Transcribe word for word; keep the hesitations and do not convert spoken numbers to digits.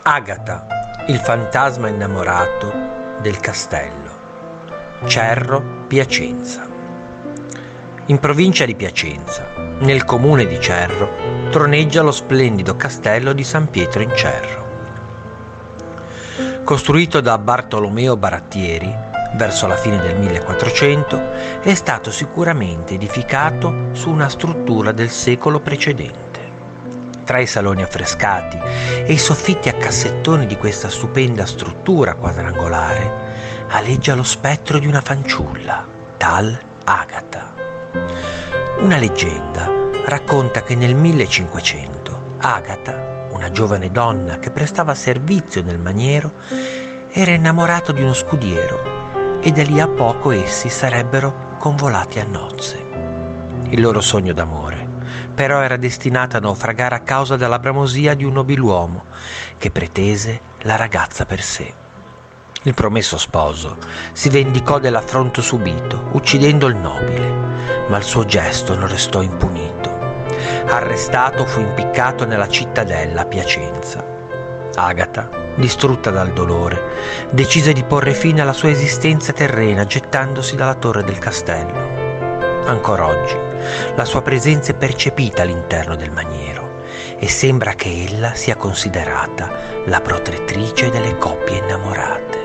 Agata, il fantasma innamorato del castello. Cerro, Piacenza. In provincia di Piacenza, nel comune di Cerro, troneggia lo splendido castello di San Pietro in Cerro. Costruito da Bartolomeo Barattieri verso la fine del millequattrocento, è stato sicuramente edificato su una struttura del secolo precedente. Tra i saloni affrescati e i soffitti a cassettoni di questa stupenda struttura quadrangolare aleggia lo spettro di una fanciulla, tal Agata. Una leggenda racconta che nel millecinquecento Agata, una giovane donna che prestava servizio nel maniero, era innamorata di uno scudiero e da lì a poco essi sarebbero convolati a nozze. Il loro sogno d'amore però era destinato a naufragare a causa della bramosia di un nobiluomo che pretese la ragazza per sé. Il promesso sposo si vendicò dell'affronto subito, uccidendo il nobile, ma il suo gesto non restò impunito. Arrestato, fu impiccato nella cittadella a Piacenza. Agata, distrutta dal dolore, decise di porre fine alla sua esistenza terrena gettandosi dalla torre del castello. Ancora oggi la sua presenza è percepita all'interno del maniero e sembra che ella sia considerata la protettrice delle coppie innamorate.